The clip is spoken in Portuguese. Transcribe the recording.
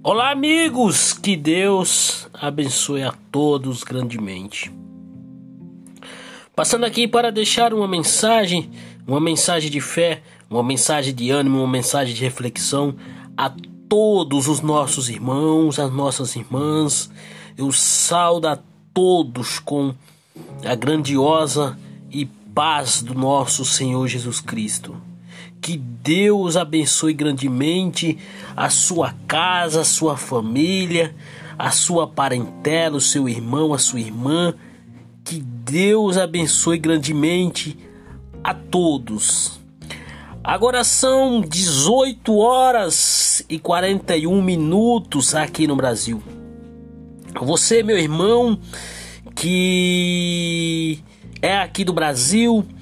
Olá, amigos, que Deus abençoe a todos grandemente. Passando aqui para deixar uma mensagem de fé, uma mensagem de ânimo, uma mensagem de reflexão a todos os nossos irmãos, as nossas irmãs. Eu saúdo a todos com a grandiosa e paz do nosso Senhor Jesus Cristo. Que Deus abençoe grandemente a sua casa, a sua família, a sua parentela, o seu irmão, a sua irmã. Que Deus abençoe grandemente a todos. Agora são 18 horas e 41 minutos aqui no Brasil. Você, meu irmão, que é aqui do Brasil,